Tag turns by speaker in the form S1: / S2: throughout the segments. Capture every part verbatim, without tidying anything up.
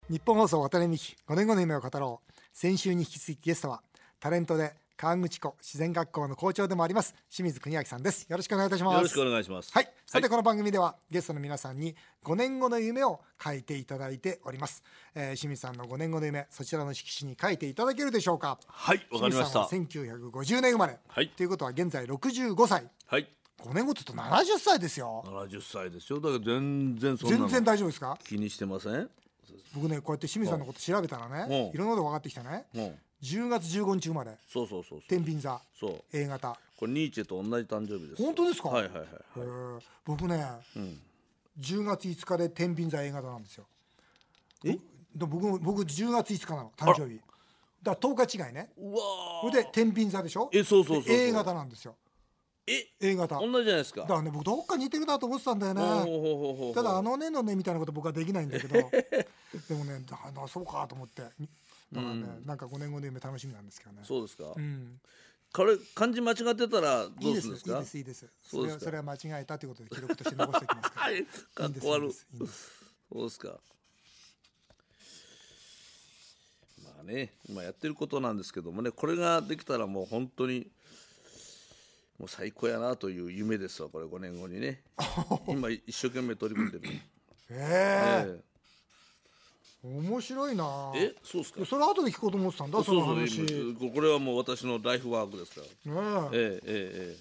S1: 日本放送渡辺美希ごねんごの夢を語ろう。先週に引き続きゲストはタレントで河口湖自然学校の校長でもあります清水邦明さんです。よろしくお願いいたします。
S2: よろしくお願いします。
S1: はい、さて、
S2: はい、
S1: この番組ではゲストの皆さんにごねんごの夢を書いていただいております、えー、清水さんのごねんごの夢、そちらの色紙に書いていただけるでしょうか。
S2: はい、わかりました。
S1: 清水さんはせんきゅうひゃくごじゅうねん生まれ、
S2: はい、
S1: ということは現在ろくじゅうごさい。
S2: はい、
S1: ごねんごって言うとななじゅっさいですよ。
S2: ななじゅっさいですよ。だから全然そんなの
S1: 全然大丈夫ですか。
S2: 気にしてません。
S1: 僕ね、こうやって清水さんのこと調べたらね、いろんなこと分かってきたね。じゅうがつじゅうごにち生まれ。
S2: そうそうそうそう。
S1: 天秤座。
S2: そう。
S1: A 型。
S2: これニーチェと同じ誕生日です。
S1: 本当ですか。
S2: はいはいはい、
S1: はい、僕ね、うん、じゅうがついつかで天秤座 A 型なんですよ。え？僕僕じゅうがついつかなの誕生日。だからとおか違いね。
S2: うわ
S1: それで天秤座でしょ。
S2: え、そうそうそうそう。
S1: A 型なんですよ。
S2: え、
S1: A 型。
S2: 同じじゃないですか。
S1: だからね、僕どっか似てるなと思ってたんだよね。ただあのねのねみたいなこと僕はできないんだけどでもね、だだそうかと思って。だからね、うん、なんかごねんごの夢楽しみなんですけどね。
S2: そうですか。
S1: うん、
S2: これ漢字間違ってたらどうするんですか。
S1: いいですいいですいいです。それはそれは間違えたということで記録として残しておきますから。はい、
S2: かっこ悪い。いいんです。そうですか。まあね、今やってることなんですけどもね、これができたらもう本当にもう最高やなという夢ですわ。これごねんごにね今一生懸命取り組んでる。
S1: えー、えー面白いな。
S2: え、そうですか。
S1: それ後で聞こうと思ってたんだ。その話。
S2: そうそう、これはもう私のライフワークですから。ねえええええ。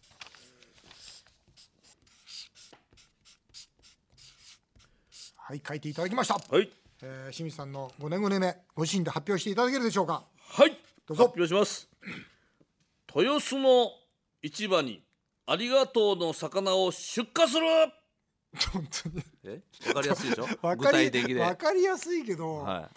S1: はい、書いていただきました。
S2: はい。
S1: えー、清水さんのごねんごの夢、ご自身で発表していただけるでしょうか。
S2: はい。
S1: どうぞ。
S2: 発表します。豊洲の市場にありがとうの魚を出荷する。
S1: 本当に
S2: え、わかりやすいでしょ
S1: 具
S2: 体的で。
S1: わかりやすいけど、
S2: はい、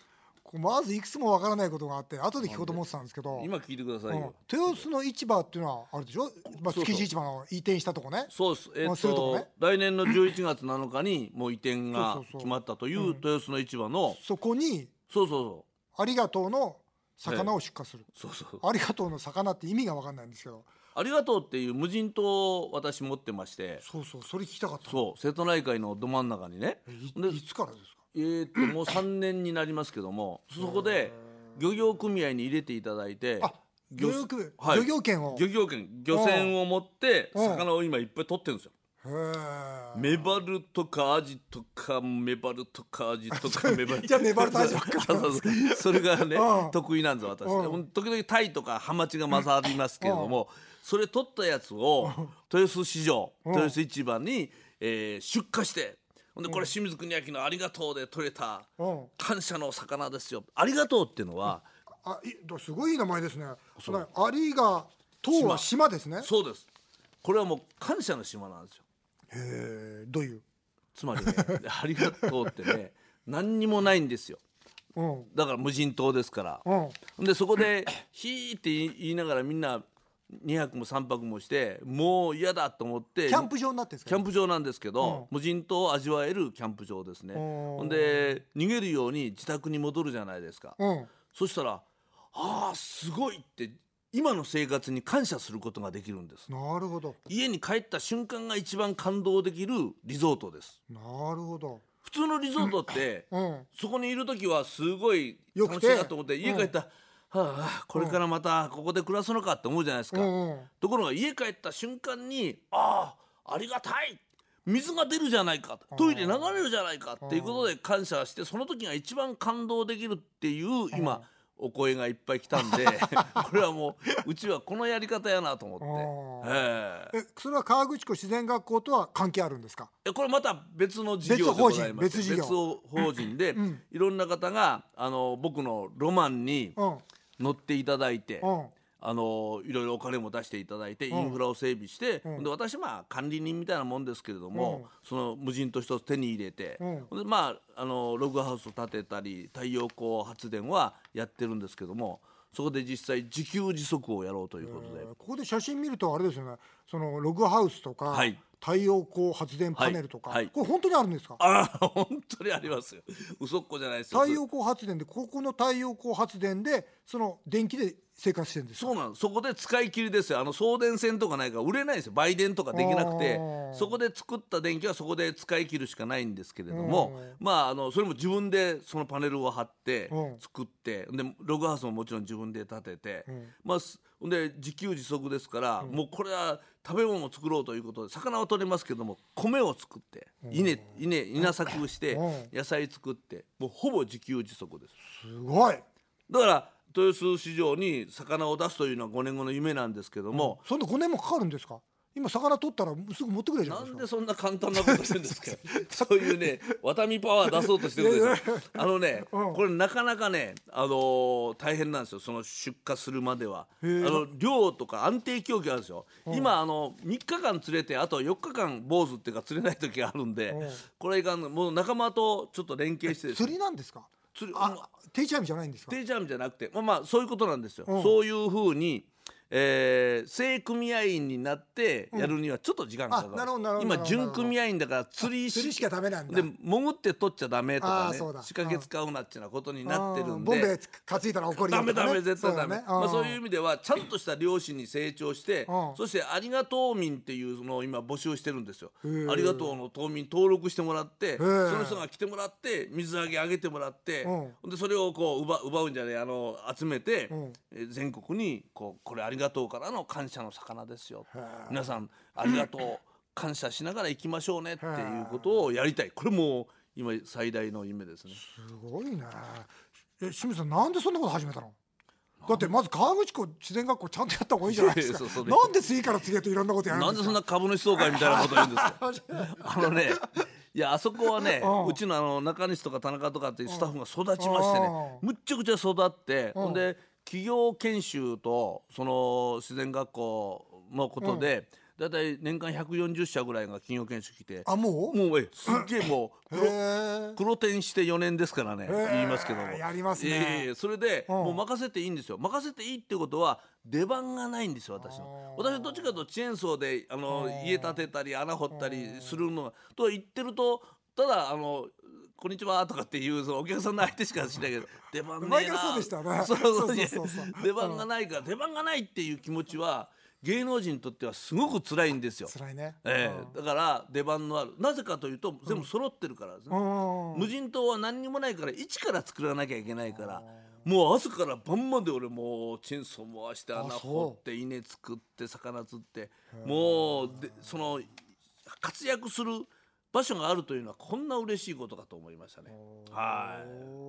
S1: まずいくつもわからないことがあって後で聞こうと思ってたんですけど、
S2: 今聞いてくださいよ、
S1: うん、豊洲の市場っていうのはあるでしょ、まあ、築地市場の移転したとこね。
S2: そうです、えー、っと、ね、来年のじゅういちがつなのかにもう移転が決まったという豊洲の市場の、うん、
S1: そこに
S2: そうそうそう
S1: ありがとうの魚を出荷する、
S2: えー、そうそう
S1: ありがとうの魚って意味が分かんないんですけど、
S2: ありがとうっていう無人島を私持ってまして、
S1: そうそう、それ聞きたかった。
S2: そう、瀬戸内海のど真ん中にね。
S1: い, いつからですか。
S2: えー、っともうさんねんになりますけどもそこで漁業組合に入れていただいて、
S1: あ、漁業組合、はい、漁業権を
S2: 漁業権漁船を持って魚を今いっぱい取ってるんですよ。メバルとかアジとかメバルとかアジとかメバル
S1: じゃあメバルとアジばっかりなんですか。
S2: それがね得意なんです私。時々タイとかハマチが混ざりますけれども、それ取ったやつを豊洲市場豊洲市場に、えー、出荷して、でこれ清水国明のありがとうで取れた感謝の魚ですよ。ありがとうっていうのは、
S1: あ、すごいいい名前ですね。それありがとうは島ですね。
S2: そうです。これはもう感謝の島なんですよ。
S1: へえ、どういう。
S2: つまりねありがとうってね何にもないんですよ、うん、だから無人島ですから、うん、でそこでヒーって言いながらみんなにはくもさんぱくもしてもう嫌だと思って
S1: キャンプ場になってるんですか。
S2: キャンプ場なんですけど、うん、無人島を味わえるキャンプ場ですね。ほんで逃げるように自宅に戻るじゃないですか、うん、そしたらあーすごいって今の生活に感謝することができるんです。
S1: なるほど。
S2: 家に帰った瞬間が一番感動できるリゾートです。
S1: なるほど。
S2: 普通のリゾートって、うん、そこにいる時はすごい楽しいなと思って家帰ったら、うん、はあ、これからまたここで暮らすのかって思うじゃないですか、うんうん、ところが家帰った瞬間にああありがたい、水が出るじゃないか、トイレ流れるじゃないかっていうことで感謝して、その時が一番感動できるっていう今お声がいっぱい来たんでこれはもううちはこのやり方やなと思って、
S1: えー、えそれは河口湖自然学校とは関係あるんですか。
S2: えこれまた別の事業でございます。
S1: 別事業、
S2: 別法人で、うん、いろんな方があの僕のロマンに乗っていただいて、うん、あのいろいろお金も出していただいてインフラを整備して、うん、で私まあ管理人みたいなもんですけれども、うん、その無人島一つ手に入れて、うん、でまああのログハウスを建てたり太陽光発電はやってるんですけども、そこで実際自給自足をやろうということで、
S1: ここで写真見るとあれですよね、 そのログハウスとか、はい、太陽光発電パネルとか、はいはい、これ本当にあるんですか？
S2: あ本当にありますよ。嘘っこじゃないですよ。
S1: 太陽光発電で、ここの太陽光発電でその電気で生活してるんですか？
S2: そうなんです。そこで使い切りですよ。あの送電線とかないから売れないんですよ。売電とかできなくて、そこで作った電気はそこで使い切るしかないんですけれども、まああのそれも自分でそのパネルを貼って作って、でログハウスももちろん自分で建てて、まあで自給自足ですから、もうこれは食べ物を作ろうということで魚は取れますけども、米を作って稲稲稲作して野菜作って、もうほぼ自給自足です。
S1: すごい。
S2: だから豊洲市場に魚を出すというのはごねんごの夢なんですけども、
S1: うん、そんなごねんもかかるんですか？今魚取ったらすぐ持ってくれじゃないですか。
S2: なんでそんな簡単なことしてるんですか？そういうねワタミパワー出そうとしてるんですよ。あのね、うん、これなかなかね、あのー、大変なんですよ。その出荷するまではあの量とか安定供給あるんですよ、うん、今あのみっかかん釣れてあとよっかかん坊主っていうか釣れない時があるんで、うん、これがもう仲間とちょっと連携してですね。
S1: 釣りなんですか？釣り、あ、定置網じゃないんですか？
S2: 定置網じゃなくて、まあまあそういうことなんですよ、うん、そういうふうにえー、正組合員になってやるにはちょっと時間がかかる、うん、今準組合員だから釣り
S1: しかダメなんだ。
S2: で潜って取っちゃダメとかね、仕掛け使うなっていうようなことになってるんで、
S1: ボンベ担いだら怒りよとかね、
S2: ダメダメ絶対ダメ。そう、ね、まあ、そういう意味ではちゃんとした漁師に成長して、そしてありがとう民っていうのを今募集してるんですよ。ありがとうの島民登録してもらって、その人が来てもらって水揚げ上げてもらって、でそれをこう 奪, 奪うんじゃねえ、あの集めて、え全国にこうこれありがとうからの感謝の魚ですよ、皆さんありがとう感謝しながら行きましょうねっていうことをやりたい。これも今最大の夢ですね。
S1: すごいね。え、清水さんなんでそんなこと始めたの？だってまず河口湖自然学校ちゃんとやった方がいいじゃないですか。そうそう、なんで次から次へといろんなことやるんですか？
S2: なんでそんな株主総会みたいなこと言うんですか？あのね、いやあそこはね、うちのあの中西とか田中とかっていうスタッフが育ちましてね、むっちゃくちゃ育って、ほんで企業研修とその自然学校のことで、だいたい年間ひゃくよんじゅっしゃぐらいが企業研修来て、
S1: あ、もう
S2: もうえすっげえもう黒黒点してよねんですからね、言いますけども
S1: やりますね、
S2: えー、それでもう任せていいんですよ。任せていいってことは出番がないんですよ。私の私はどっちかというとチェーンソーであの家建てたり穴掘ったりするのと言ってると、ただあのこんにちはとかっていうそのお客さんの相手しかしないけど出番ねえな。
S1: 前からそうでしたね。
S2: そうそうそうそう出番がないから出番がないっていう気持ちは芸能人にとってはすごく辛いんですよ。
S1: 辛いね、
S2: えー、だから出番のある、なぜかというと全部揃ってるからですね、うん、無人島は何にもないから一から作らなきゃいけないから、もう朝から晩まで俺もうチェーンソー回して穴掘って稲作って魚釣って、もうでその活躍する場所があるというのはこんな嬉しいことかと思いましたね。はい、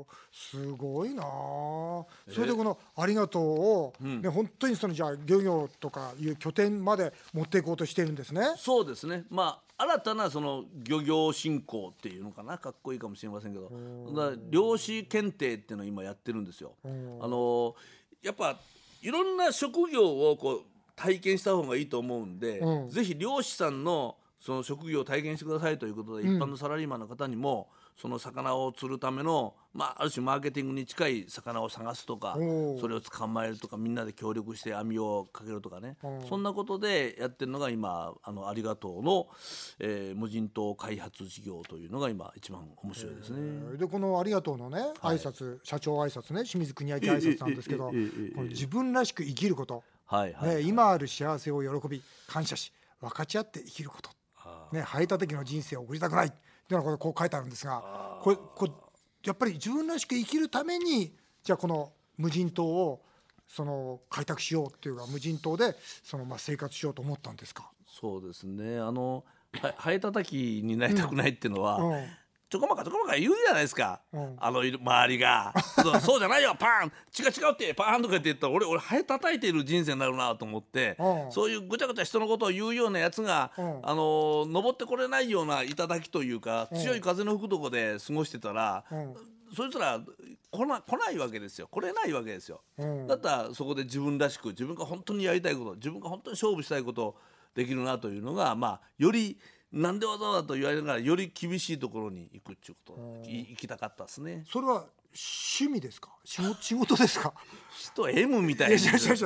S1: すごいな。それでこのありがとうを、ね、うん、本当にそのじゃあ漁業とかいう拠点まで持っていこうとしてるんですね。
S2: そうですね。まあ新たなその漁業振興っていうのかな、かっこいいかもしれませんけど、だ漁師検定っていうのを今やってるんですよ。あのやっぱいろんな職業をこう体験した方がいいと思うんで、うん、ぜひ漁師さんのその職業を体験してくださいということで、うん、一般のサラリーマンの方にもその魚を釣るための、まあ、ある種マーケティングに近い魚を探すとか、それを捕まえるとか、みんなで協力して網をかけるとかね、そんなことでやってるのが今あのありがとうの、えー、無人島開発事業というのが今一番面白いですね。
S1: でこのありがとうのね挨拶、はい、社長挨拶ね、清水国明挨拶なんですけど、この自分らしく生きること、はいはいはい、ね、今ある幸せを喜び感謝し分かち合って生きること、ね、生えた時の人生を送りたくないっていうのがこう書いてあるんですが、これこれやっぱり自分らしく生きるためにじゃあこの無人島をその開拓しようっていうか、無人島でそのまあ生活しようと思ったんですか？
S2: そうですね、あの生えた時になりたくないっていうのは、うんうん、ちょこまかちょこまか言うじゃないですか、うん、あの周りがそうそうじゃないよパーン違う違うってパーンとかって言ったら俺俺ハエ叩いている人生になるなと思って、うん、そういうぐちゃぐちゃ人のことを言うようなやつが、うん、あの登ってこれないような頂というか、うん、強い風の吹くとこで過ごしてたら、うん、そいつら来な、来ないわけですよ。来れないわけですよ、うん、だったらそこで自分らしく自分が本当にやりたいこと、自分が本当に勝負したいことをできるなというのが、まあよりなんでわざわざと言われながらより厳しいところに行くっていうこと、行きたかったですね。
S1: それは趣味ですか？仕事ですか？
S2: 人 M みたいな。いやいやいや、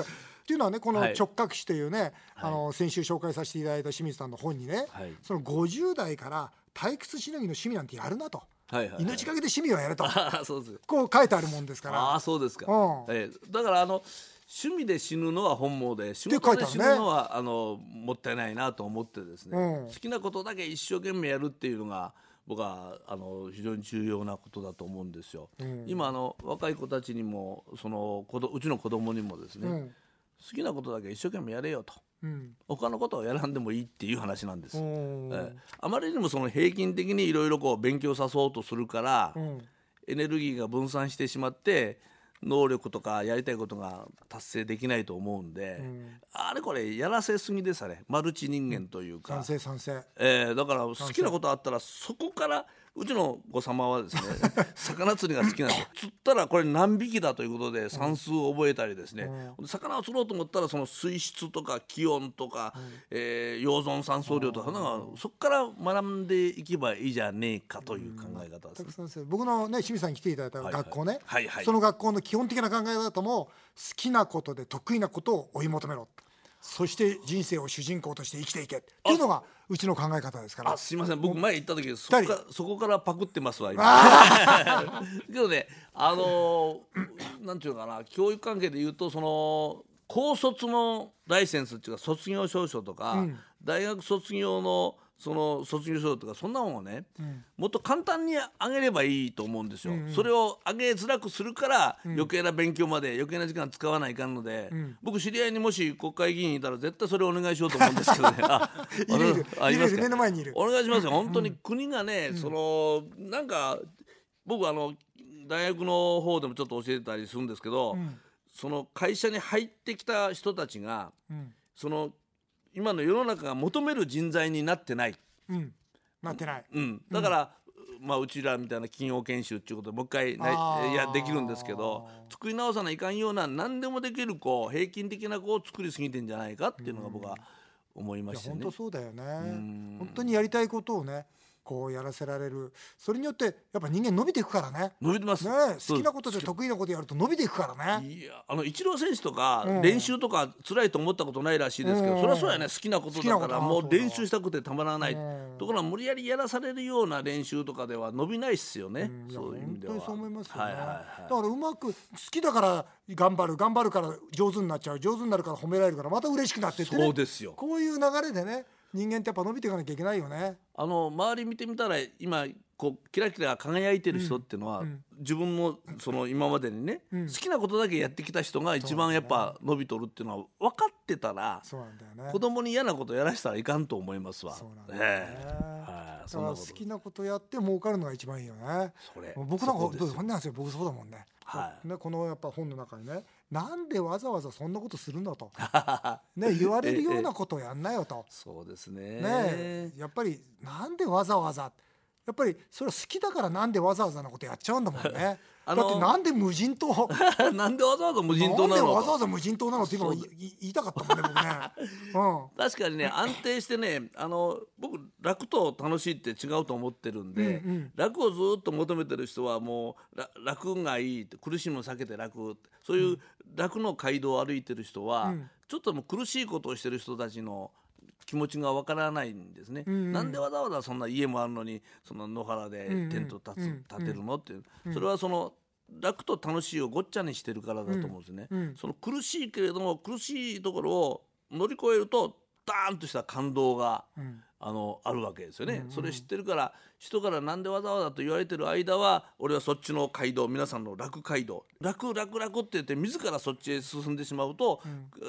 S1: というのはね、この直角視というね、はい、あの先週紹介させていただいた清水さんの本にね、はい、そのごじゅう代から退屈しのぎの趣味なんてやるなと、はいはいはい、命かけで趣味をやれとそうです、こう書いてあるもんですから。
S2: あ、そうですか、うん、えー、だからあの趣味で死ぬのは本望で、仕事で死ぬのは、ね、あのもったいないなと思ってですね、うん、好きなことだけ一生懸命やるっていうのが僕はあの非常に重要なことだと思うんですよ、うん、今あの若い子たちにもそのうちの子供にもですね、うん、好きなことだけ一生懸命やれよと、うん、他のことはやらんでもいいっていう話なんです、えー、あまりにもその平均的にいろいろ勉強さそうとするから、うん、エネルギーが分散してしまって能力とかやりたいことが達成できないと思うんで、うん、あれこれやらせすぎでさね、マルチ人間というか、
S1: うん、賛成賛成、
S2: えー、だから好きなことあったらそこから、うちの子様はですね魚釣りが好きなんですよ。釣ったらこれ何匹だということで算数を覚えたりですね、うん、魚を釣ろうと思ったらその水質とか気温とか、うん、えー、溶存酸素量とか、うん、そこから学んでいけばいいじゃねえかという考え方です、ね、
S1: うん、僕のね、清水さんに来ていただいた学校ね、
S2: はいはいはいはい、
S1: その学校の基本的な考え方も好きなことで得意なことを追い求めろ、そして人生を主人公として生きていけっていうのがうちの考え方ですから。
S2: あ、すいません、僕前行った時そこかそこからパクってますわ今けどね、あのー、なんていうのかな、教育関係でいうと、その高卒のライセンスっていうか卒業証書とか、うん、大学卒業のその卒業証とかそんなもんをね、うん、もっと簡単にあげればいいと思うんですよ、うんうん、それをあげづらくするから余計な勉強まで余計な時間使わないかんので、うん、僕知り合いにもし国会議員いたら絶対それをお願いしようと思うんですけどねあ
S1: いるいるあいるいる目の前にいる、
S2: お願いしますよ本当に。国がね、うん、そのなんか僕あの大学の方でもちょっと教えてたりするんですけど、うん、その会社に入ってきた人たちが、うん、その今の世の中が求める人材になってない、うん、
S1: なってない、
S2: うん、だから、うん、まあ、うちらみたいな企業研修っていうことでもう一回、ね、いやできるんですけど、作り直さないかんような何でもできる子、平均的な子を作りすぎてんじゃないかっていうのが僕は思いましてね。
S1: いや本当そうだよね。本当にやりたいことをねこうやらせられる、それによってやっぱ人間伸びていくからね。
S2: 伸びてます、
S1: ね、好きなことで得意なことやると伸びていくからね。
S2: いや、あのイチロー選手とか、うん、練習とか辛いと思ったことないらしいですけど、うん、それはそうやね、好きなことだからもう練習したくてたまらない、うん、ところが無理やりやらされるような練習とかでは伸びないっすよね、うん、そういう意味では。
S1: 本当にそう思いますよね、
S2: はいはいはい、
S1: だからうまく好きだから頑張る、頑張るから上手になっちゃう、上手になるから褒められるからまた嬉しくなってって、ね、
S2: そうですよ。
S1: こういう流れでね、人間ってやっぱ伸びていかなきゃいけないよね。
S2: あの周り見てみたら今こうキラキラ輝いてる人っていうのは、うん、自分もその今までにね、うん、好きなことだけやってきた人が一番やっぱ伸びとるっていうのは分かってたら、
S1: そうなんだよね、
S2: 子供に嫌なことやらしたらいかんと思いますわ。
S1: そうなんだよね、えーはい、そんなこと、好きなことやって儲かるのが一番いいよね。
S2: それ
S1: 僕なんかそうなんですよ、僕そうだもんね、はい、ね、このやっぱ本の中にね、なんでわざわざそんなことするんだとね、言われるようなことをやんなよと
S2: そうです ね,
S1: ねやっぱりなんでわざわざ、やっぱりそれは好きだからなんでわざわざなことやっちゃうんだもんねだってなんで無人島
S2: なんでわざわざ無人島なの、
S1: なんでわざわざ無人島なのって今言いたかったもんね僕ね、
S2: うん、確かにね、安定してね、あの僕楽と楽しいって違うと思ってるんで、うんうん、楽をずっと求めてる人はもう楽がいいって、苦しみを避けて楽って、そういう楽の街道を歩いてる人は、うん、ちょっともう苦しいことをしてる人たちの気持ちがわからないんですね、うんうん、なんでわざわざそんな家もあるのにその野原でテント立つ、うんうん、立てるのっていう、うん、それはその楽と楽しいをごっちゃにしてるからだと思うんですね、うんうん、その苦しいけれども苦しいところを乗り越えるとダーンとした感動が、うん、あのあるわけですよね、うんうん、それ知ってるから人からなんでわざわざと言われてる間は俺はそっちの街道、皆さんの楽街道、楽楽楽って言って自らそっちへ進んでしまうと、うん、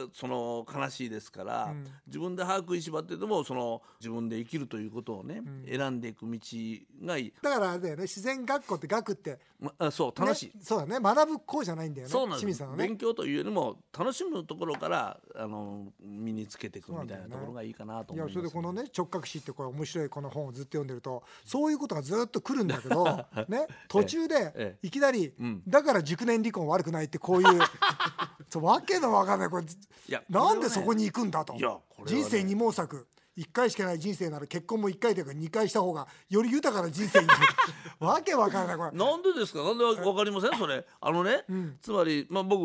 S2: その悲しいですから、うん、自分で歯食いしばってでもその自分で生きるということをね、うん、選んでいく道がいい。
S1: だからあれだよね、自然学校って学って、
S2: まあ、そう楽しい、
S1: ね、そうだね、学ぶこうじゃないんだよね。
S2: そうなんです、
S1: 清水さんはね、
S2: 勉強というよりも楽しむところからあの身につけていくみたいなところがいいかなと思います、ね、いやそれでこのね
S1: 直角視ってこれ面白いこの本をずっと読んでるとそういうことがずっと来るんだけどね、途中でいきなり、ええうん、だから熟年離婚悪くないってこういうそうわけのわかんないこれ、いやこれはね、なんでそこに行くんだと、いやこれはね、人生二毛作、いっかいしかない人生なら結婚もいっかいというかにかいした方がより豊かな人生になるわけわからないこれ。
S2: なんでですか、なんでわかりませんそれ。あのね、うん、つまり、まあ、僕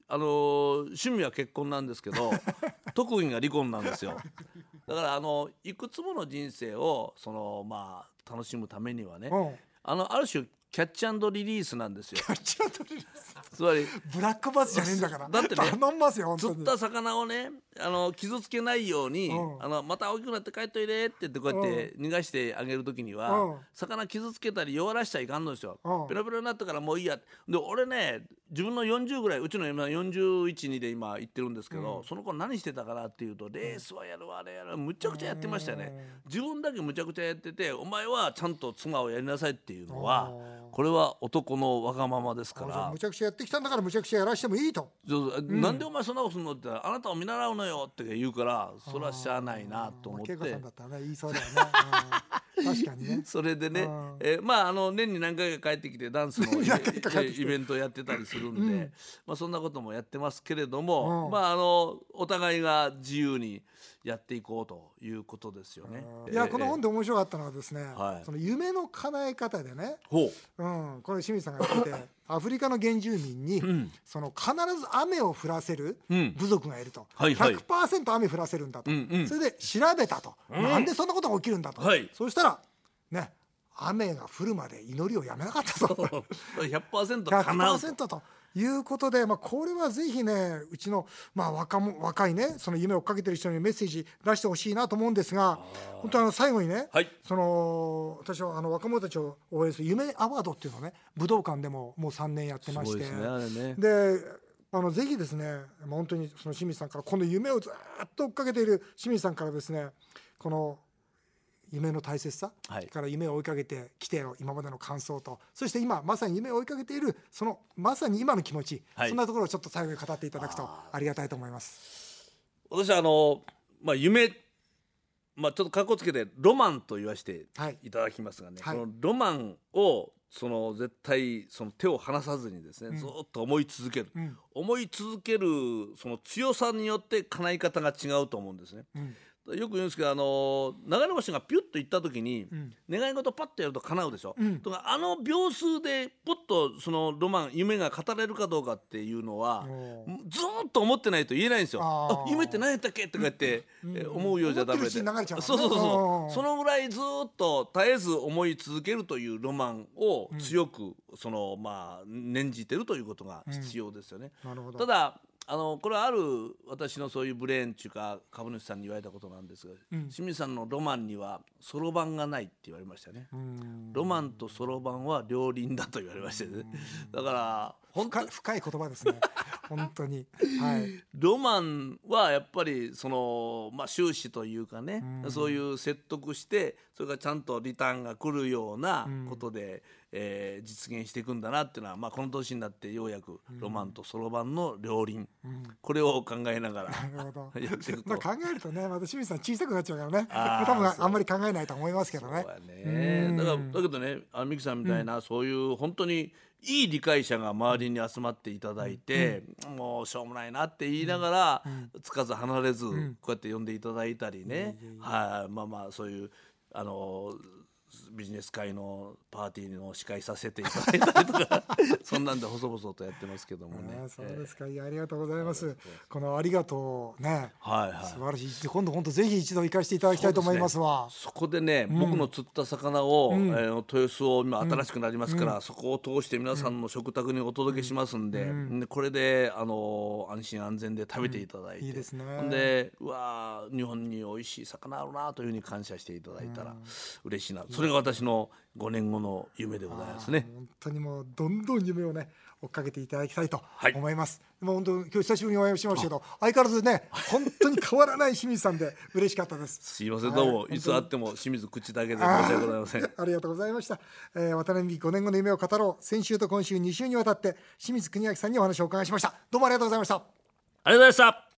S2: あのー、趣味は結婚なんですけど特技が離婚なんですよ。だからあのいくつもの人生をその、まあ、楽しむためにはね、うん、あのある種キャッチ&リリースなんですよ。
S1: キャッチ&リリース
S2: つまり
S1: ブラックバスじゃねえんだから
S2: だってね
S1: 頼んますよ本当に。
S2: 釣った魚をねあの傷つけないように、うん、あのまた大きくなって帰っといでって言ってこうやって逃がしてあげるときには、うん、魚傷つけたり弱らしちゃいかんのですよ、うん、ペロペロになったからもういいやで俺ね自分のよんじゅうぐらいうちの今よんじゅういち、にで今行ってるんですけど、うん、その子何してたかなっていうとレースはやるわあれやるむちゃくちゃやってましたよね。自分だけむちゃくちゃやっててお前はちゃんと妻をやりなさいっていうのはこれは男のわがままですから。
S1: むちゃくちゃやってきたんだからむちゃくちゃやらしてもいいと。
S2: うん、なんでお前そんなことするのってあなたを見習うのよって言うからそれはしゃあないなと思って。
S1: 恵子さんだったらね言いそうだよね、うん、確かにね。
S2: それでね、えー、まああの年に何回か帰ってきてダンスのイベントやってたりするんで、うん、まあそんなこともやってますけれども、うん、まああのお互いが自由にやっていこうということですよね。
S1: いやこの本で面白かったのはですね、はい、その夢の叶え方でね、ほう、うん、これ清水さんがやっててアフリカの原住民に、うん、その必ず雨を降らせる部族がいると、うんはいはい、ひゃくパーセント 雨降らせるんだと、うんうん、それで調べたと、うん、なんでそんなことが起きるんだと、はい、そうしたらね雨が降るまで祈りをやめなかったと
S2: ひゃくパーセント 叶うと ひゃくパーセント
S1: ということで、まあ、これはぜひねうちの、まあ、若も若いねその夢を追っかけてる人にメッセージ出してほしいなと思うんですが、本当にあの最後にね、はい、その私はあの若者たちを応援する夢アワードっていうのをね武道館でももうさんねんやってまして、であのぜひですね、まあ、本当にその清水さんからこの夢をずっと追っかけている清水さんからですねこの夢の大切さ、はい、から夢を追いかけてきての今までの感想とそして今まさに夢を追いかけているそのまさに今の気持ち、はい、そんなところをちょっと最後に語っていただくとありがたいと思います。
S2: 私はあの、まあ、夢、まあ、ちょっとかっこつけてロマンと言わせていただきますがね、はい、このロマンをその絶対その手を離さずにですね、うん、ずっと思い続ける、うん、思い続けるその強さによって叶い方が違うと思うんですね、うん、よく言うんですけどあの流れ星がピュッといった時に、うん、願い事パッとやると叶うでしょ、うん、とかあの秒数でポッとそのロマン夢が語れるかどうかっていうのはずっと思ってないと言えないんですよ。ああ夢って何やったっけとか言って、うん、思うようじゃダメで、そうそうそうそうそのぐらいずっと絶えず思い続けるというロマンを強く、うん、そのまあ念じてるということが必要ですよね、うん、なるほど。ただあのこれはある私のそういうブレーンっていうか株主さんに言われたことなんですが、うん、清水さんのロマンにはそろばんがないって言われましたね。ロマンとそろばんは両輪だと言われましたね。だから
S1: 本当深い言葉ですね本当に、はい、
S2: ロマンはやっぱりその、まあ、終始というかね、うん、そういう説得してそれからちゃんとリターンが来るようなことで、うんえー、実現していくんだなっていうのは、まあ、この年になってようやくロマンとそろばんの両輪、うん、これを考えながらやっていくと、
S1: まあ、考えるとねまた清水さん小さくなっちゃうからね多分あんまり考えないと思いますけどね。そうやね。
S2: だからだけどね美樹さんみたいな、うん、そういう本当にいい理解者が周りに集まっていただいて、うん、もうしょうもないなって言いながら、うん、つかず離れず、うん、こうやって呼んでいただいたりね、うん、はい、まあまあそういうあのビジネス界のパーティーの司会させていただいたりとかそんなんで細々とやってますけどもね。
S1: あそうですか、いやありがとうございます。このありがとうね、はいはい、素晴らしい。今度本当ぜひ一度行かせていただきたいと思いますわ。
S2: そ, す、ね、そこでね、うん、僕の釣った魚を、うんえー、豊洲を今新しくなりますから、うん、そこを通して皆さんの食卓にお届けしますんで、うん、でこれであの安心安全で食べていただいて、うん、いいですね。でうわ日本に美味しい魚あるなというふうに感謝していただいたら嬉しいな、それが私のごねんごの夢でございますね。
S1: 本当にもうどんどん夢をね追っかけていただきたいと思います、はい、もう本当今日久しぶりにお会いしましたけど相変わらずね本当に変わらない清水さんで嬉しかったです。
S2: すいません、どうも、はい、いつ会っても清水口だけで申し訳ございません。
S1: あ, ありがとうございました、えー、渡辺美希ごねんごの夢を語ろう、先週と今週に週にわたって清水国明さんにお話をお伺いしました。どうもありがとうございました。あ
S2: りがとうございました。